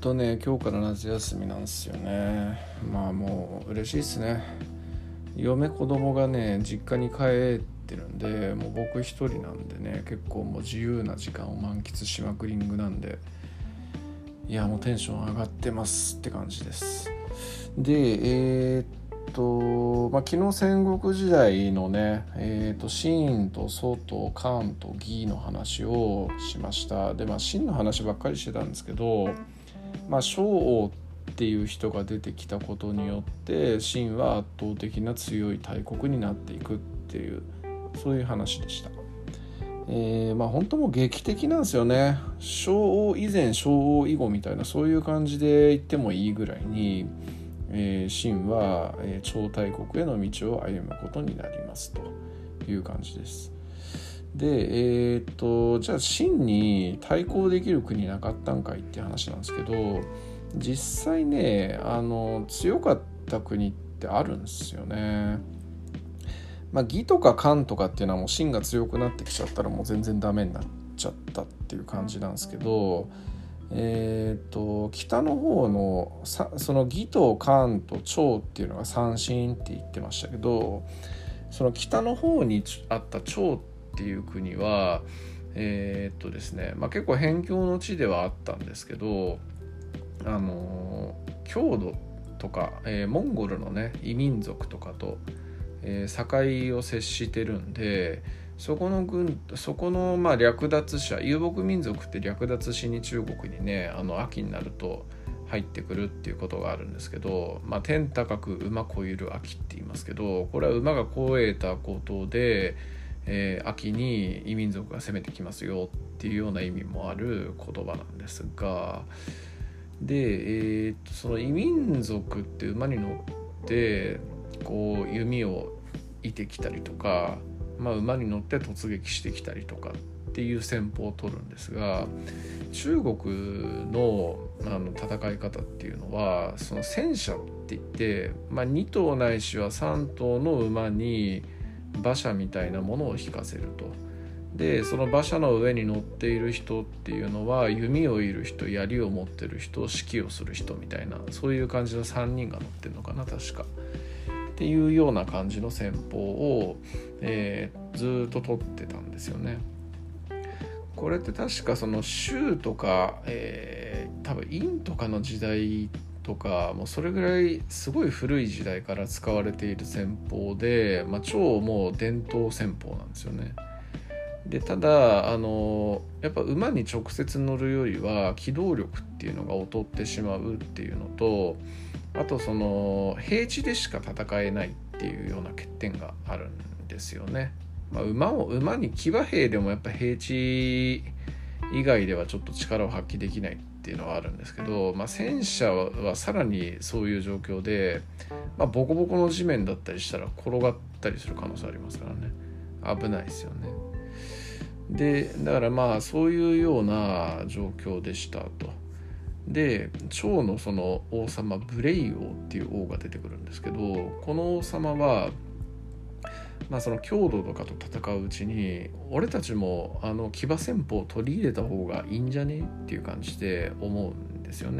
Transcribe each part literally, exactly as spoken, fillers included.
とね今日から夏休みなんですよね。まあもう嬉しいですね。嫁子供がね実家に帰ってるんで、もう僕一人なんでね、結構もう自由な時間を満喫しまくりんぐなんで、いやもうテンション上がってますって感じです。でえー、っと、まあ、昨日戦国時代のね、えー、っと秦と蘇と韓と魏の話をしました。でまあ秦の話ばっかりしてたんですけど、まあ昌王っていう人が出てきたことによって秦は圧倒的な強い大国になっていくっていう、そういう話でした。えー、まあ本当もう劇的なんですよね。昌王以前昌王以後みたいな、そういう感じで言ってもいいぐらいに、えー、秦は、えー、超大国への道を歩むことになりますという感じです。でえー、っとじゃあ秦に対抗できる国なかったんかいって話なんですけど、実際ねあの強かった国ってあるんですよね。まあ魏とか韓とかっていうのはもう秦が強くなってきちゃったらもう全然ダメになっちゃったっていう感じなんですけど、えー、と北の方のさその魏と韓と趙っていうのが三秦って言ってましたけど、その北の方にあった趙っていう国はえー、っとですね、まあ、結構辺境の地ではあったんですけど、あの匈奴とか、えー、モンゴルのね異民族とかと、えー、境を接してるんで、そこの軍そこのまあ略奪者、遊牧民族って略奪しに中国にね、あの秋になると入ってくるっていうことがあるんですけど、まあ、天高く馬こゆる秋って言いますけど、これは馬が肥えたことで、えー、秋に異民族が攻めてきますよっていうような意味もある言葉なんですが、で、えー、とその異民族って馬に乗ってこう弓を射てきたりとか、まあ、馬に乗って突撃してきたりとかっていう戦法を取るんですが、中国 の, あの戦い方っていうのはその戦車って言って、まあ、に頭ないしはさん頭の馬に馬車みたいなものを引かせると。でその馬車の上に乗っている人っていうのは弓を射る人、槍を持ってる人、指揮をする人みたいな、そういう感じのさんにんが乗ってるのかな確かっていうような感じの戦法を、えー、ずっと取ってたんですよね。これって確かその州とか、えー、多分殷とかの時代とか、もうそれぐらいすごい古い時代から使われている戦法で、まあ、超もう伝統戦法なんですよね。でただあのやっぱ馬に直接乗るよりは機動力っていうのが劣ってしまうっていうのと、あとその平地でしか戦えないっていうような欠点があるんですよね。まあ、馬を馬に騎馬兵でもやっぱ平地以外ではちょっと力を発揮できないっていうのはあるんですけど、まあ、戦車はさらにそういう状況で、まあ、ボコボコの地面だったりしたら転がったりする可能性ありますからね、危ないですよね。でだからまあそういうような状況でしたと。で趙のその王様ブレイ王っていう王が出てくるんですけど、この王様はまあその匈奴とかと戦ううちに、俺たちもあの騎馬戦法を取り入れた方がいいんじゃねっていう感じで思うんですよね。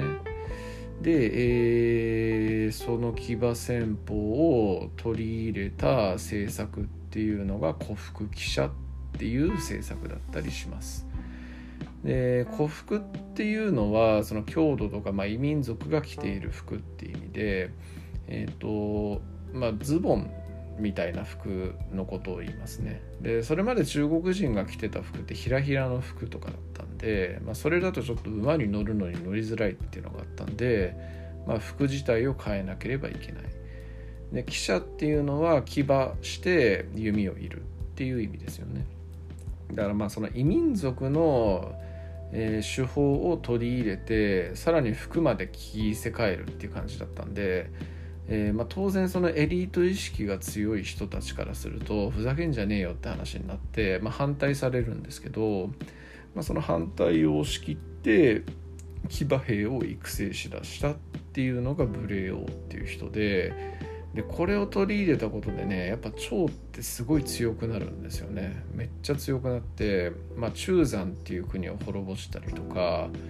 で、えー、その騎馬戦法を取り入れた政策っていうのが胡服騎射っていう政策だったりします。で胡服っていうのはその匈奴とか、まあ、異民族が着ている服っていう意味で、えーとまあ、ズボンみたいな服のことを言いますね。でそれまで中国人が着てた服ってひらひらの服とかだったんで、まあ、それだとちょっと馬に乗るのに乗りづらいっていうのがあったんで、まあ、服自体を変えなければいけない。で騎射っていうのは騎馬して弓を射るっていう意味ですよね。だからまあその異民族の、えー、手法を取り入れてさらに服まで着せ替えるっていう感じだったんで、えーまあ、当然そのエリート意識が強い人たちからするとふざけんじゃねえよって話になって、まあ、反対されるんですけど、まあ、その反対を押し切って騎馬兵を育成しだしたっていうのが武霊王っていう人で、でこれを取り入れたことでね、やっぱ趙ってすごい強くなるんですよね。めっちゃ強くなって、まあ、中山っていう国を滅ぼしたりとか、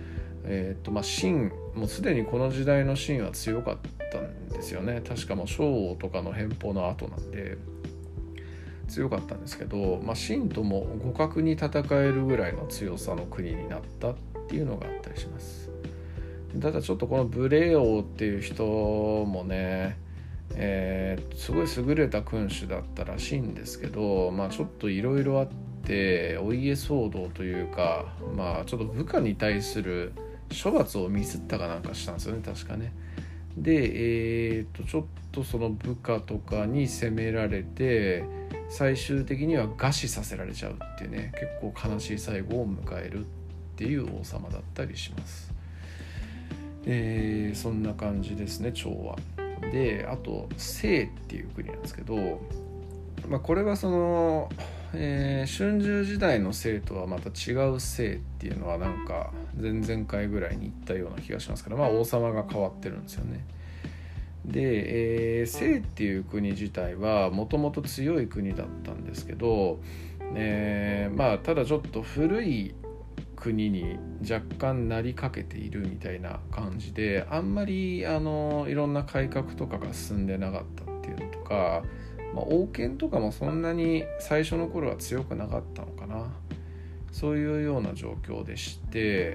えーとまあ、秦もうすでにこの時代の秦は強かったんですよね。確かもう趙とかの返報の後なんで強かったんですけど、まあ、秦とも互角に戦えるぐらいの強さの国になったっていうのがあったりします。ただちょっとこの武霊王っていう人もね、えー、すごい優れた君主だったらしいんですけど、まあ、ちょっといろいろあってお家騒動というか、まあ、ちょっと部下に対する処罰をミスったかなんかしたんですよね、確かね。で、えー、とちょっとその部下とかに責められて最終的には餓死させられちゃうっていうね、結構悲しい最後を迎えるっていう王様だったりします。えー、そんな感じですね、趙は。で、あと斉っていう国なんですけど、まあ、これはその、えー、春秋時代の斉とはまた違う斉っていうのはなんか前々回ぐらいに言ったような気がしますから、まあ王様が変わってるんですよね。で、えー、斉っていう国自体はもともと強い国だったんですけど、えー、まあただちょっと古い国に若干なりかけているみたいな感じで、あんまりあのいろんな改革とかが進んでなかったっていうのとか、まあ、王権とかもそんなに最初の頃は強くなかったのかな、そういうような状況でして、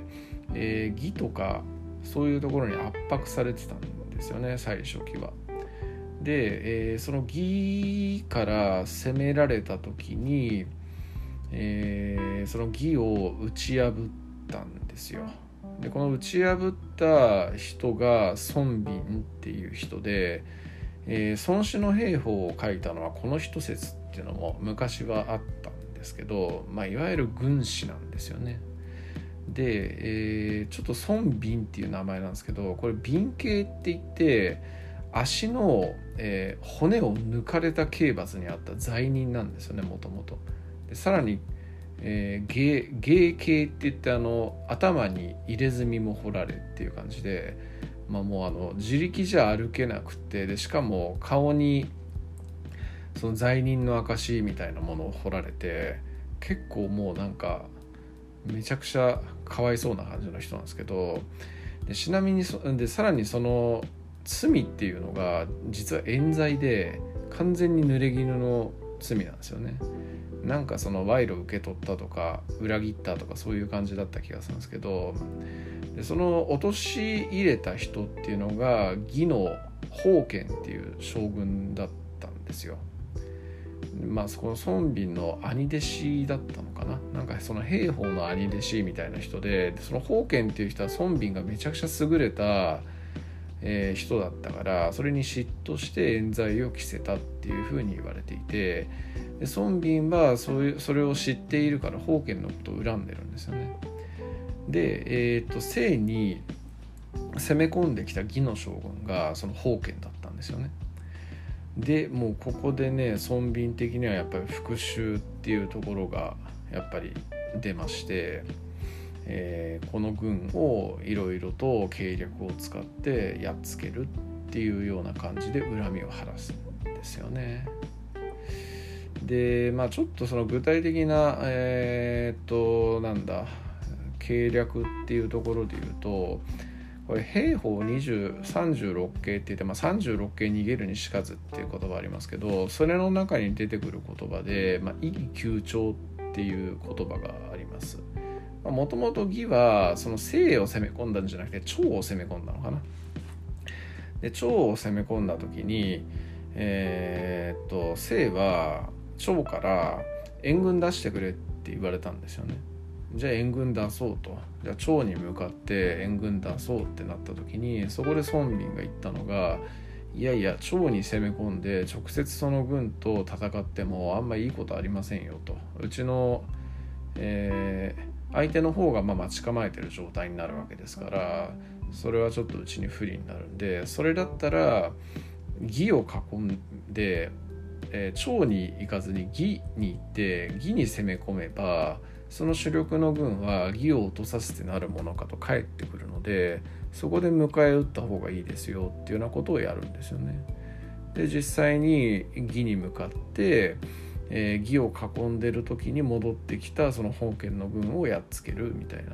えー、義とかそういうところに圧迫されてたんですよね、最初期は。で、えー、その義から攻められた時にえー、その義を打ち破ったんですよ。でこの打ち破った人が孫臏っていう人で、えー、孫子の兵法を書いたのはこの人説っていうのも昔はあったんですけど、まあ、いわゆる軍師なんですよね。で、えー、ちょっと孫臏っていう名前なんですけど、これ臏刑って言って足の、えー、骨を抜かれた刑罰にあった罪人なんですよね、もともと。さらに、えー、芸芸系って言ってあの頭に入れ墨も彫られっていう感じで、まあ、もうあの自力じゃ歩けなくて、でしかも顔にその罪人の証みたいなものを彫られて、結構もうなんかめちゃくちゃかわいそうな感じの人なんですけど、でちなみにそでさらにその罪っていうのが実は冤罪で完全に濡れ衣の罪なんですよね。なんかその賄賂受け取ったとか裏切ったとかそういう感じだった気がするんですけど、でその陥れた人っていうのが魏の宝剣っていう将軍だったんですよ。まあそこの孫臏の兄弟子だったのかな、なんかその兵法の兄弟子みたいな人で、その宝剣っていう人は孫臏がめちゃくちゃ優れたえー、人だったから、それに嫉妬して冤罪を着せたっていうふうに言われていて、で孫臏はそういうそれを知っているから宝剣のことを恨んでるんですよね。で、えー、と斉に攻め込んできた魏の将軍がその宝剣だったんですよね。でもうここでね、孫臏的にはやっぱり復讐っていうところがやっぱり出まして、えー、この軍をいろいろと計略を使ってやっつけるっていうような感じで恨みを晴らすんですよね。で、まあちょっとその具体的なえー、っとなんだ計略っていうところで言うと、これ兵法にじゅう、さんじゅうろっけいって言って、まあ、さんじゅうろっけい逃げるにしかずっていう言葉ありますけど、それの中に出てくる言葉で、まあ、意義急調っていう言葉があります。もともと魏はその斉を攻め込んだんじゃなくて趙を攻め込んだのかな。で趙を攻め込んだ時に、えー、っと斉は趙から援軍出してくれって言われたんですよね。じゃあ援軍出そうと、じゃあ趙に向かって援軍出そうってなった時に、そこで孫臏が言ったのが、いやいや趙に攻め込んで直接その軍と戦ってもあんまりいいことありませんよと、うちの、えー相手の方がまあ待ち構えてる状態になるわけですから、それはちょっとうちに不利になるんで、それだったら魏を囲んで、えー、趙に行かずに魏に行って魏に攻め込めば、その主力の軍は魏を落とさせてなるものかと帰ってくるので、そこで迎え撃った方がいいですよっていうようなことをやるんですよね。で実際に魏に向かってえー、魏を囲んでる時に戻ってきたその本県の軍をやっつけるみたいな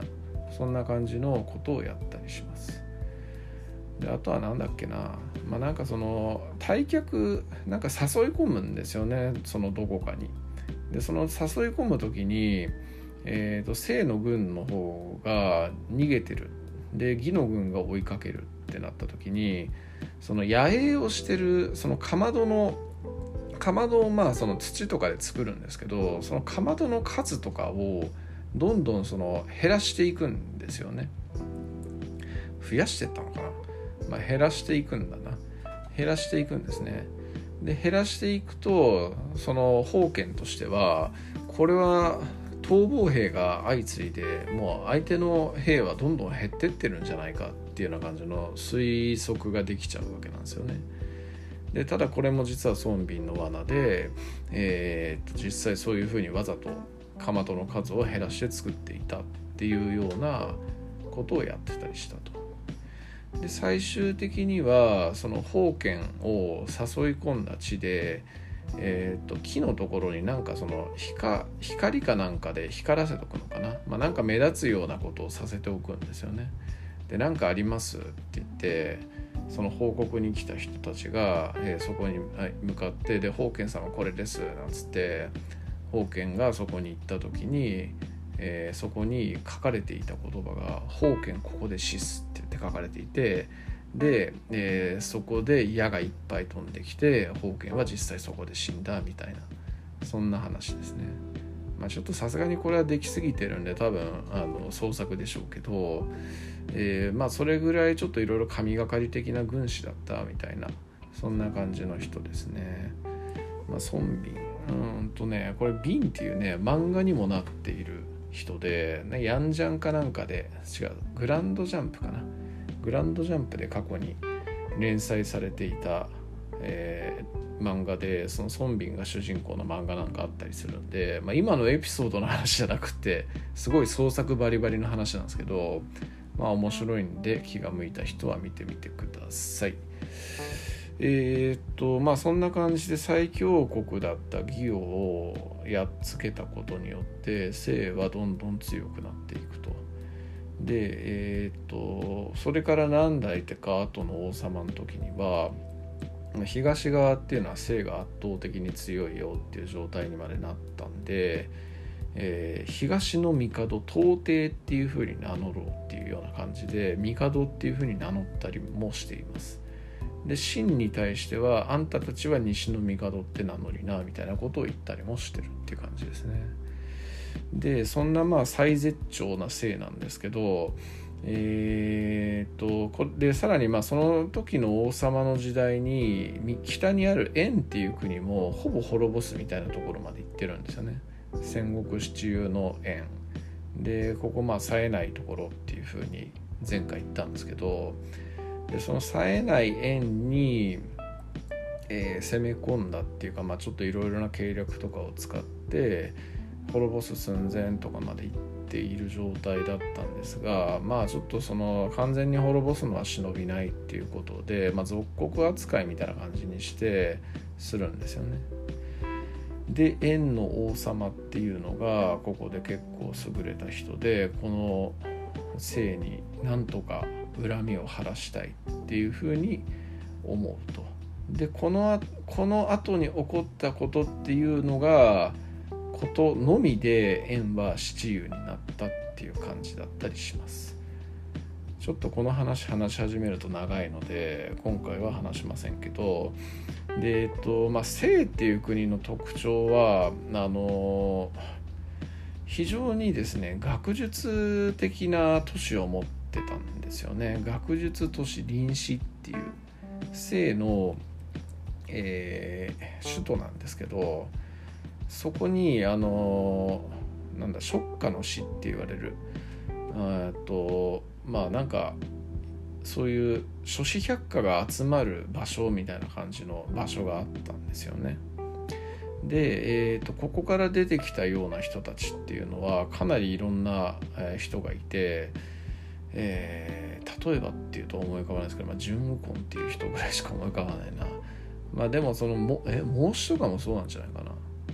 そんな感じのことをやったりします。であとはなんだっけな、まあなんかその退却なんか誘い込むんですよね、そのどこかに。でその誘い込む時に、えーと正の軍の方が逃げてる、で義の軍が追いかけるってなった時に、その野営をしてるそのかまどのかまどをまあその土とかで作るんですけど、そのかまどの数とかをどんどんその減らしていくんですよね。増やしていったのかな、まあ、減らしていくんだな減らしていくんですね。で減らしていくと、その封建としてはこれは逃亡兵が相次いでもう相手の兵はどんどん減ってってるんじゃないかっていうような感じの推測ができちゃうわけなんですよね。でただこれも実は孫臏の罠で、えー、と実際そういうふうにわざとかまどの数を減らして作っていたっていうようなことをやってたりしたと。で最終的にはその封建を誘い込んだ地で、えー、と木のところになんかその 光, 光かなんかで光らせとくのかな、まあ、なんか目立つようなことをさせておくんですよね。でなんかありますって言ってその報告に来た人たちが、えー、そこに向かってで封建さんはこれですなんつって封建がそこに行った時に、えー、そこに書かれていた言葉が封建ここで死すって言って書かれていて、で、えー、そこで矢がいっぱい飛んできて封建は実際そこで死んだみたいな、そんな話ですね。まあ、ちょっとさすがにこれはできすぎてるんで多分あの創作でしょうけど、えー、まあそれぐらいちょっといろいろ神がかり的な軍師だったみたいな、そんな感じの人ですね。まあ孫臏うんとねこれ臏っていうね漫画にもなっている人で、ね、ヤンジャンかなんかで違うグランドジャンプかなグランドジャンプで過去に連載されていた、えー、漫画でその孫臏が主人公の漫画なんかあったりするんで、まあ、今のエピソードの話じゃなくてすごい創作バリバリの話なんですけど、まあ面白いんで気が向いた人は見てみてください。えー、っとまあそんな感じで最強国だった魏をやっつけたことによって姓はどんどん強くなっていくと。でえー、っとそれから何代手か後の王様の時には東側っていうのは姓が圧倒的に強いよっていう状態にまでなったんで、えー、東の帝東帝っていう風に名乗ろうっていうような感じで帝っていう風に名乗ったりもしています。で秦に対してはあんたたちは西の帝って名乗りなみたいなことを言ったりもしてるっていう感じですね。でそんなまあ最絶頂な姓なんですけど、えー、っとこれでさらにまあその時の王様の時代に北にある燕っていう国もほぼ滅ぼすみたいなところまで行ってるんですよね。戦国七雄の燕でここまあ冴えないところっていう風に前回言ったんですけど、でその冴えない燕に、えー、攻め込んだっていうか、まあ、ちょっといろいろな計略とかを使って滅ぼす寸前とかまで行っている状態だったんですが、まあちょっとその完全に滅ぼすのは忍びないっていうことで、まあ、属国扱いみたいな感じにしてするんですよね。で燕の王様っていうのがここで結構優れた人で、この姓になんとか恨みを晴らしたいっていうふうに思うと。でこのこの後に起こったことっていうのがことのみで燕は七雄になったっていう感じだったりします。ちょっとこの話話し始めると長いので今回は話しませんけど、でえっとまあ清っていう国の特徴はあの非常にですね学術的な都市を持ってたんですよね。学術都市臨死っていう清の、えー、首都なんですけど、そこにあのなんだ蜀下の市って言われるあとまあなんかそういう諸子百家が集まる場所みたいな感じの場所があったんですよね。で、えーと、ここから出てきたような人たちっていうのはかなりいろんな人がいて、えー、例えばっていうと思い浮かばないですけど、まあ、純右近っていう人ぐらいしか思い浮かばないな。まあでもそのもえ孟子とかもそうなんじゃないかな。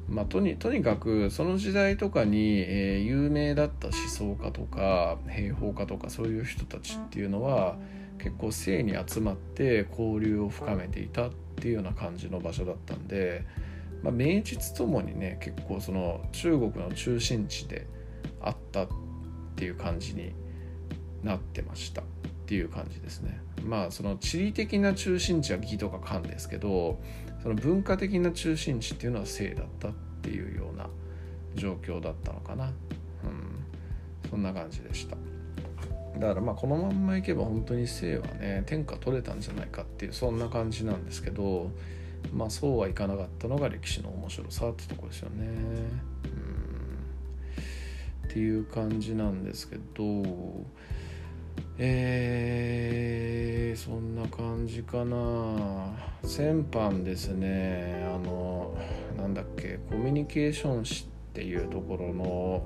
まあ、とに、とにかくその時代とかに、えー、有名だった思想家とか兵法家とかそういう人たちっていうのは結構聖に集まって交流を深めていたっていうような感じの場所だったんで、まあ、名実ともにね結構その中国の中心地であったっていう感じになってましたっていう感じですね。まあその地理的な中心地は義とか漢ですけど、その文化的な中心地っていうのは清だったっていうような状況だったのかな、うん、そんな感じでした。だからまあこのまんまいけば本当に清はね天下取れたんじゃないかっていうそんな感じなんですけど、まあそうはいかなかったのが歴史の面白さってとこですよね、うん、っていう感じなんですけど、えー、そんな感じかな。先般ですね、あのなんだっけコミュニケーション誌っていうところの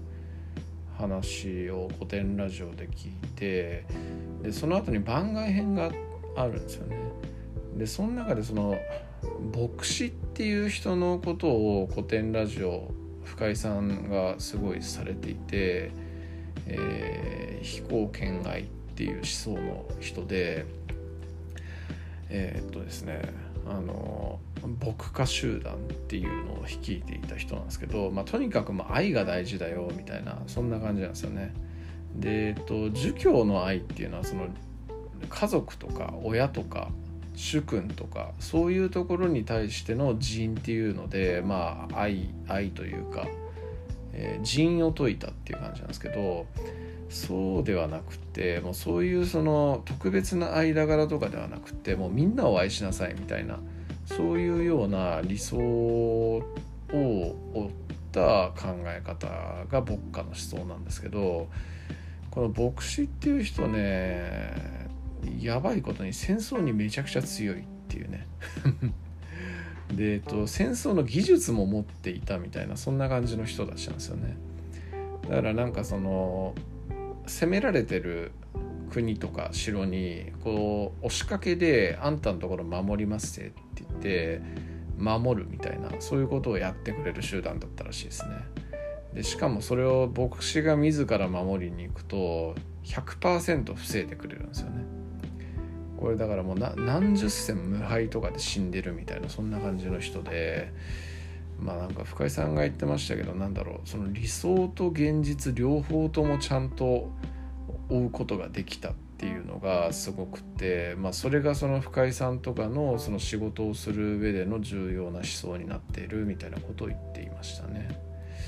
話を古典ラジオで聞いて、でその後に番外編があるんですよね。でその中でその牧師っていう人のことを古典ラジオ深井さんがすごいされていて、えー、非行兼愛っていう思想の人で、えー、っとですねあの牧歌集団っていうのを率いていた人なんですけど、まあ、とにかくまあ愛が大事だよみたいなそんな感じなんですよね。で、えっと、儒教の愛っていうのはその家族とか親とか主君とかそういうところに対しての仁っていうので、まあ愛愛というか、えー、仁を説いたっていう感じなんですけど、そうではなくてもうそういうその特別な間柄とかではなくてもうみんなを愛しなさいみたいなそういうような理想を追った考え方が牧歌の思想なんですけど、この牧師っていう人ねやばいことに戦争にめちゃくちゃ強いっていうねで、えっと、戦争の技術も持っていたみたいなそんな感じの人たちなんですよね。だからなんかその攻められてる国とか城にこう押しかけであんたのところ守りますって言って守るみたいなそういうことをやってくれる集団だったらしいですね。でしかもそれを牧師が自ら守りに行くと ひゃくパーセント 防いでくれるんですよね。これだからもうな何十戦無敗とかで死んでるみたいなそんな感じの人で、まあなんか深井さんが言ってましたけど、なんだろうその理想と現実両方ともちゃんと追うことができたっていうのがすごくて、まあそれがその深井さんとかのその仕事をする上での重要な思想になっているみたいなことを言っていましたね。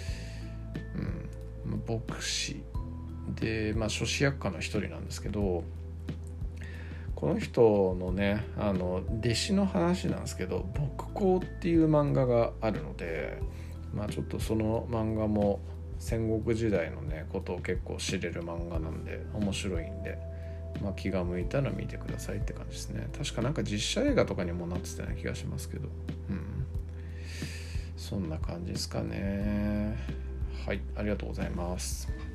うん、牧師でまあ諸子役家の一人なんですけど、この人のねあの弟子の話なんですけど牧光っていう漫画があるので、まあちょっとその漫画も戦国時代のねことを結構知れる漫画なんで面白いんで、まあ、気が向いたら見てくださいって感じですね。確かなんか実写映画とかにもなってたような気がしますけど、うん、そんな感じですかね。はい、ありがとうございます。